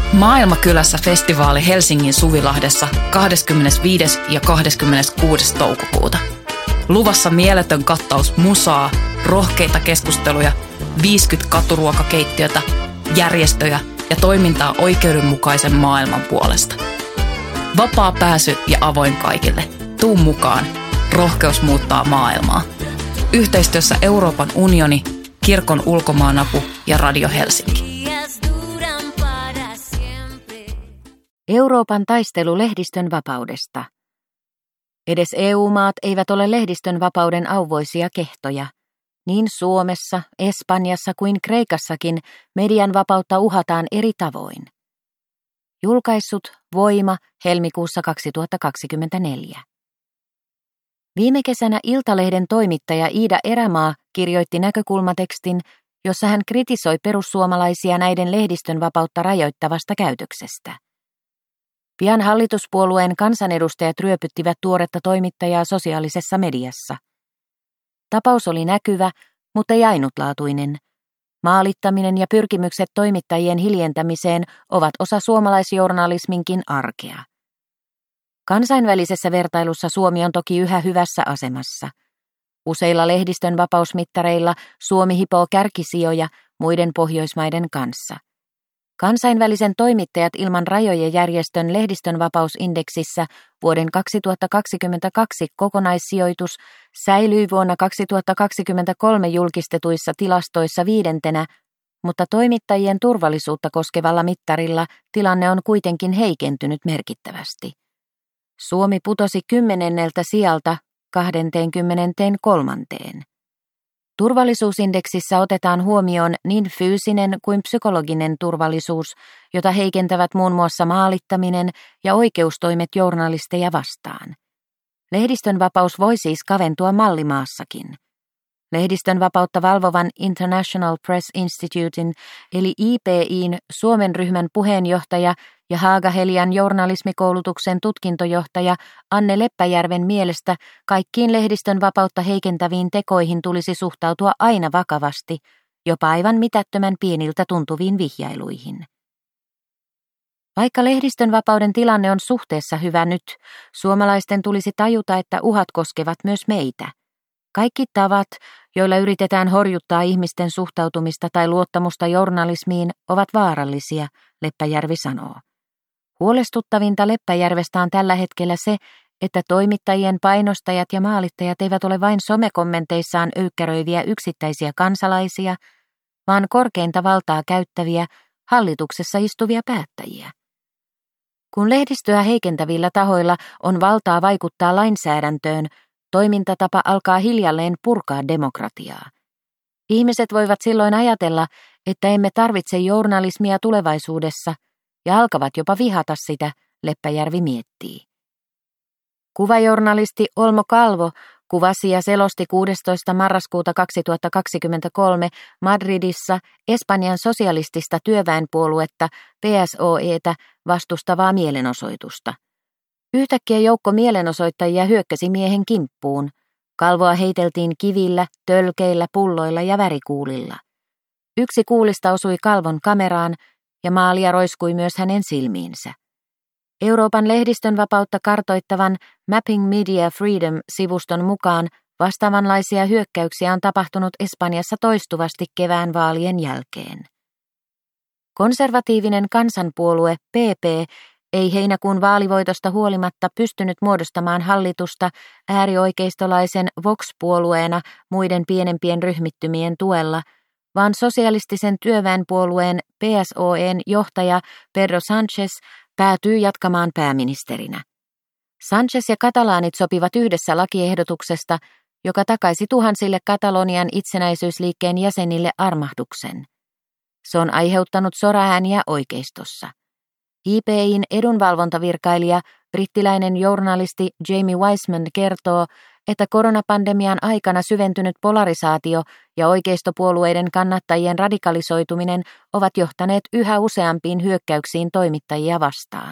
Maailmakylässä festivaali Helsingin Suvilahdessa 25. ja 26. toukokuuta. Luvassa mieletön kattaus musaa, rohkeita keskusteluja, 50 katuruokakeittiötä, järjestöjä ja toimintaa oikeudenmukaisen maailman puolesta. Vapaa pääsy ja avoin kaikille. Tuu mukaan. Rohkeus muuttaa maailmaa. Yhteistyössä Euroopan unioni, Kirkon ulkomaanapu ja Radio Helsinki. Euroopan taistelu lehdistön vapaudesta. Edes EU-maat eivät ole lehdistön vapauden auvoisia kehtoja. Niin Suomessa, Espanjassa kuin Kreikassakin median vapautta uhataan eri tavoin. Julkaissut Voima helmikuussa 2024. Viime kesänä Iltalehden toimittaja Iida Erämaa kirjoitti näkökulmatekstin, jossa hän kritisoi perussuomalaisia näiden lehdistön vapautta rajoittavasta käytöksestä. Pian hallituspuolueen kansanedustajat ryöpyttivät tuoretta toimittajaa sosiaalisessa mediassa. Tapaus oli näkyvä, mutta ei ainutlaatuinen. Maalittaminen ja pyrkimykset toimittajien hiljentämiseen ovat osa suomalaisjournalisminkin arkea. Kansainvälisessä vertailussa Suomi on toki yhä hyvässä asemassa. Useilla lehdistön vapausmittareilla Suomi hipoo kärkisijoja muiden Pohjoismaiden kanssa. Kansainvälisen toimittajat ilman rajoja järjestön lehdistönvapausindeksissä vuoden 2022 kokonaissijoitus säilyi vuonna 2023 julkistetuissa tilastoissa 5., mutta toimittajien turvallisuutta koskevalla mittarilla tilanne on kuitenkin heikentynyt merkittävästi. Suomi putosi 10. sijalta 23. Turvallisuusindeksissä otetaan huomioon niin fyysinen kuin psykologinen turvallisuus, jota heikentävät muun muassa maalittaminen ja oikeustoimet journalisteja vastaan. Lehdistön vapaus voi siis kaventua mallimaassakin. Lehdistön vapautta valvovan International Press Institutein eli IPI:n Suomen ryhmän puheenjohtaja ja Haaga-Helian journalismikoulutuksen tutkintojohtaja Anne Leppäjärven mielestä kaikkiin lehdistön vapautta heikentäviin tekoihin tulisi suhtautua aina vakavasti, jopa aivan mitättömän pieniltä tuntuviin vihjailuihin. Vaikka lehdistön vapauden tilanne on suhteessa hyvä nyt, suomalaisten tulisi tajuta, että uhat koskevat myös meitä. Kaikki tavat, joilla yritetään horjuttaa ihmisten suhtautumista tai luottamusta journalismiin, ovat vaarallisia, Leppäjärvi sanoo. Huolestuttavinta Leppäjärvestä on tällä hetkellä se, että toimittajien painostajat ja maalittajat eivät ole vain somekommenteissaan öykkäröiviä yksittäisiä kansalaisia, vaan korkeinta valtaa käyttäviä, hallituksessa istuvia päättäjiä. Kun lehdistöä heikentävillä tahoilla on valtaa vaikuttaa lainsäädäntöön, toimintatapa alkaa hiljalleen purkaa demokratiaa. Ihmiset voivat silloin ajatella, että emme tarvitse journalismia tulevaisuudessa, ja alkavat jopa vihata sitä, Leppäjärvi miettii. Kuvajournalisti Olmo Kalvo kuvasi ja selosti 16. marraskuuta 2023 Madridissa Espanjan sosialistista työväenpuoluetta PSOEtä vastustavaa mielenosoitusta. Yhtäkkiä joukko mielenosoittajia hyökkäsi miehen kimppuun. Kalvoa heiteltiin kivillä, tölkeillä, pulloilla ja värikuulilla. Yksi kuulista osui Kalvon kameraan ja maalia roiskui myös hänen silmiinsä. Euroopan lehdistön vapautta kartoittavan Mapping Media Freedom-sivuston mukaan vastaavanlaisia hyökkäyksiä on tapahtunut Espanjassa toistuvasti kevään vaalien jälkeen. Konservatiivinen kansanpuolue PP ei heinäkuun vaalivoitosta huolimatta pystynyt muodostamaan hallitusta äärioikeistolaisen Vox-puolueena muiden pienempien ryhmittymien tuella, vaan sosialistisen työväenpuolueen PSOEn johtaja Pedro Sánchez päätyy jatkamaan pääministerinä. Sánchez ja katalaanit sopivat yhdessä lakiehdotuksesta, joka takaisi tuhansille Katalonian itsenäisyysliikkeen jäsenille armahduksen. Se on aiheuttanut soraääniä oikeistossa. IPI:n edunvalvontavirkailija, brittiläinen journalisti Jamie Wiseman kertoo, että koronapandemian aikana syventynyt polarisaatio ja oikeistopuolueiden kannattajien radikalisoituminen ovat johtaneet yhä useampiin hyökkäyksiin toimittajia vastaan.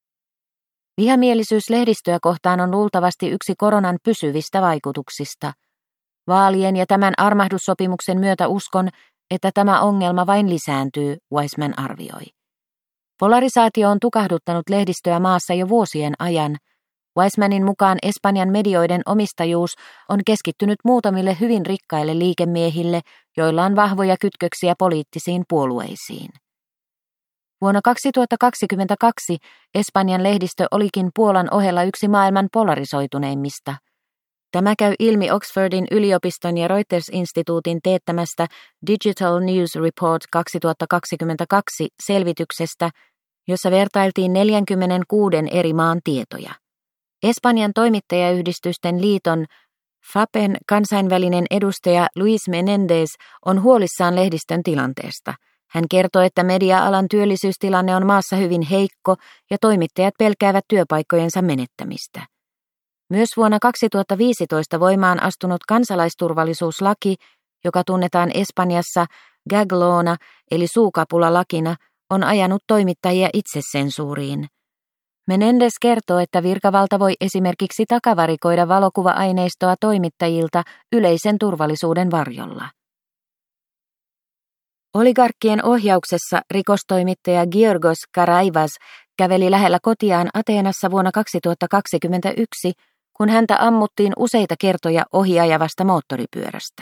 Vihamielisyys lehdistöä kohtaan on luultavasti yksi koronan pysyvistä vaikutuksista. Vaalien ja tämän armahdussopimuksen myötä uskon, että tämä ongelma vain lisääntyy, Wiseman arvioi. Polarisaatio on tukahduttanut lehdistöä maassa jo vuosien ajan. Weissmanin mukaan Espanjan medioiden omistajuus on keskittynyt muutamille hyvin rikkaille liikemiehille, joilla on vahvoja kytköksiä poliittisiin puolueisiin. Vuonna 2022 Espanjan lehdistö olikin Puolan ohella yksi maailman polarisoituneimmista. Tämä käy ilmi Oxfordin yliopiston ja Reuters-instituutin teettämästä Digital News Report 2022 selvityksestä, jossa vertailtiin 46 eri maan tietoja. Espanjan toimittajayhdistysten liiton FAPen kansainvälinen edustaja Luis Menendez on huolissaan lehdistön tilanteesta. Hän kertoo, että media-alan työllisyystilanne on maassa hyvin heikko ja toimittajat pelkäävät työpaikkojensa menettämistä. Myös vuonna 2015 voimaan astunut kansalaisturvallisuuslaki, joka tunnetaan Espanjassa gag-lawna eli suukapulalakina, on ajanut toimittajia itsesensuuriin. Menendez kertoo, että virkavalta voi esimerkiksi takavarikoida valokuva-aineistoa toimittajilta yleisen turvallisuuden varjolla. Oligarkkien ohjauksessa rikostoimittaja Giorgos Karaivas käveli lähellä kotiaan Ateenassa vuonna 2021, kun häntä ammuttiin useita kertoja ohiajavasta moottoripyörästä.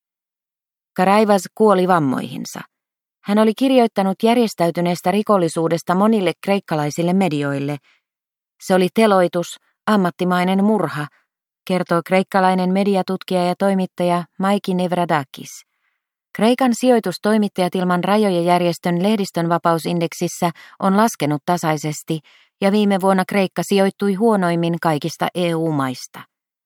Karaivas kuoli vammoihinsa. Hän oli kirjoittanut järjestäytyneestä rikollisuudesta monille kreikkalaisille medioille. Se oli teloitus, ammattimainen murha, kertoo kreikkalainen mediatutkija ja toimittaja Maiki Nevradakis. Kreikan sijoitustoimittajat ilman rajoja järjestön lehdistönvapausindeksissä on laskenut tasaisesti ja viime vuonna Kreikka sijoittui huonoimmin kaikista EU-maista.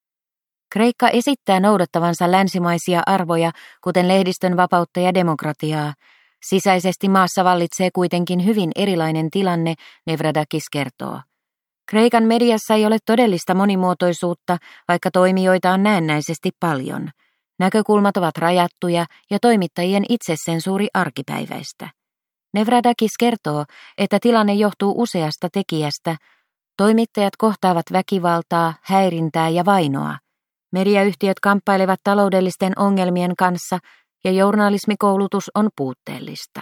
Kreikka esittää noudattavansa länsimaisia arvoja, kuten lehdistön vapautta ja demokratiaa. Sisäisesti maassa vallitsee kuitenkin hyvin erilainen tilanne, Nevradakis kertoo. Kreikan mediassa ei ole todellista monimuotoisuutta, vaikka toimijoita on näennäisesti paljon. Näkökulmat ovat rajattuja ja toimittajien itsesensuuri arkipäiväistä. Nevradakis kertoo, että tilanne johtuu useasta tekijästä. Toimittajat kohtaavat väkivaltaa, häirintää ja vainoa. Mediayhtiöt kamppailevat taloudellisten ongelmien kanssa ja journalismikoulutus on puutteellista.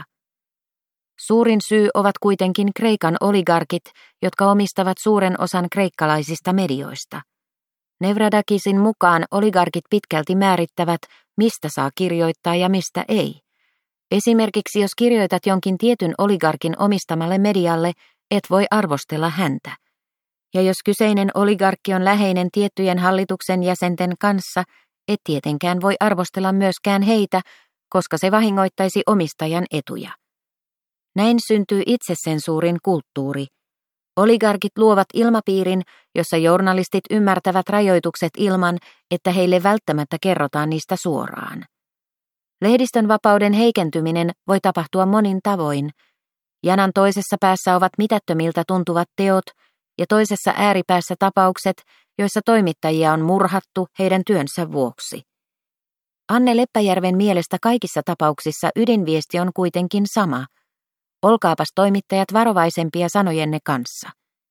Suurin syy ovat kuitenkin Kreikan oligarkit, jotka omistavat suuren osan kreikkalaisista medioista. Nevradakisin mukaan oligarkit pitkälti määrittävät, mistä saa kirjoittaa ja mistä ei. Esimerkiksi jos kirjoitat jonkin tietyn oligarkin omistamalle medialle, et voi arvostella häntä. Ja jos kyseinen oligarkki on läheinen tiettyjen hallituksen jäsenten kanssa, et tietenkään voi arvostella myöskään heitä, koska se vahingoittaisi omistajan etuja. Näin syntyy itsesensuurin kulttuuri. Oligarkit luovat ilmapiirin, jossa journalistit ymmärtävät rajoitukset ilman, että heille välttämättä kerrotaan niistä suoraan. Lehdistön vapauden heikentyminen voi tapahtua monin tavoin. Janan toisessa päässä ovat mitättömiltä tuntuvat teot ja toisessa ääripäässä tapaukset, joissa toimittajia on murhattu heidän työnsä vuoksi. Anne Leppäjärven mielestä kaikissa tapauksissa ydinviesti on kuitenkin sama. Olkaapas toimittajat varovaisempia sanojenne kanssa.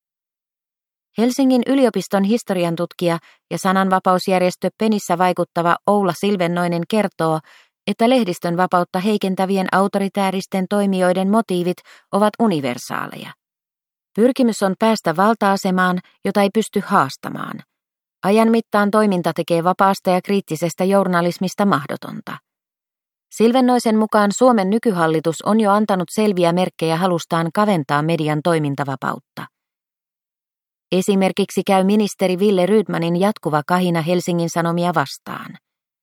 Helsingin yliopiston historiantutkija ja sananvapausjärjestö Penissä vaikuttava Oula Silvennoinen kertoo, että lehdistön vapautta heikentävien autoritääristen toimijoiden motiivit ovat universaaleja. Pyrkimys on päästä valta-asemaan, jota ei pysty haastamaan. Ajan mittaan toiminta tekee vapaasta ja kriittisestä journalismista mahdotonta. Silvennoisen mukaan Suomen nykyhallitus on jo antanut selviä merkkejä halustaan kaventaa median toimintavapautta. Esimerkiksi käy ministeri Wille Rydmanin jatkuva kahina Helsingin Sanomia vastaan.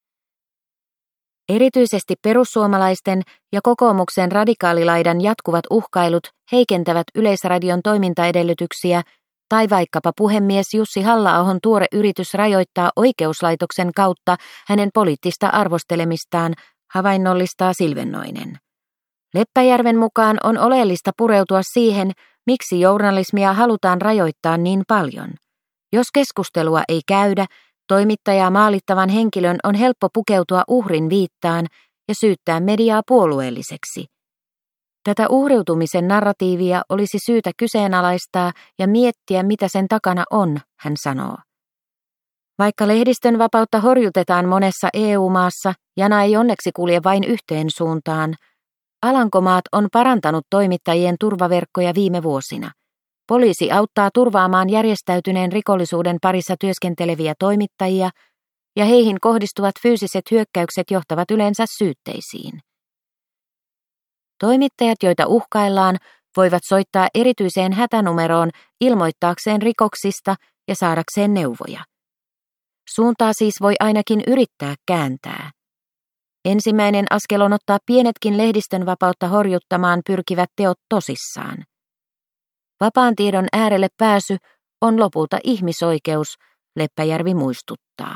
Erityisesti perussuomalaisten ja kokoomuksen radikaalilaidan jatkuvat uhkailut heikentävät Yleisradion toimintaedellytyksiä tai vaikkapa puhemies Jussi Halla-ahon tuore yritys rajoittaa oikeuslaitoksen kautta hänen poliittista arvostelemistaan, havainnollistaa Silvennoinen. Leppäjärven mukaan on oleellista pureutua siihen, miksi journalismia halutaan rajoittaa niin paljon. Jos keskustelua ei käydä, toimittajaa maalittavan henkilön on helppo pukeutua uhrin viittaan ja syyttää mediaa puolueelliseksi. Tätä uhriutumisen narratiivia olisi syytä kyseenalaistaa ja miettiä, mitä sen takana on, hän sanoo. Vaikka lehdistön vapautta horjutetaan monessa EU-maassa, jana ei onneksi kulje vain yhteen suuntaan. Alankomaat on parantanut toimittajien turvaverkkoja viime vuosina. Poliisi auttaa turvaamaan järjestäytyneen rikollisuuden parissa työskenteleviä toimittajia, ja heihin kohdistuvat fyysiset hyökkäykset johtavat yleensä syytteisiin. Toimittajat, joita uhkaillaan, voivat soittaa erityiseen hätänumeroon ilmoittaakseen rikoksista ja saadakseen neuvoja. Suuntaa siis voi ainakin yrittää kääntää. Ensimmäinen askel on ottaa pienetkin lehdistön vapautta horjuttamaan pyrkivät teot tosissaan. Vapaan tiedon äärelle pääsy on lopulta ihmisoikeus, Leppäjärvi muistuttaa.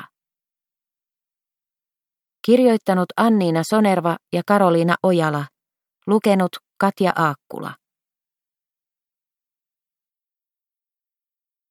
Kirjoittanut Anniina Sonerva ja Karoliina Ojala. Lukenut Katja Aakkula.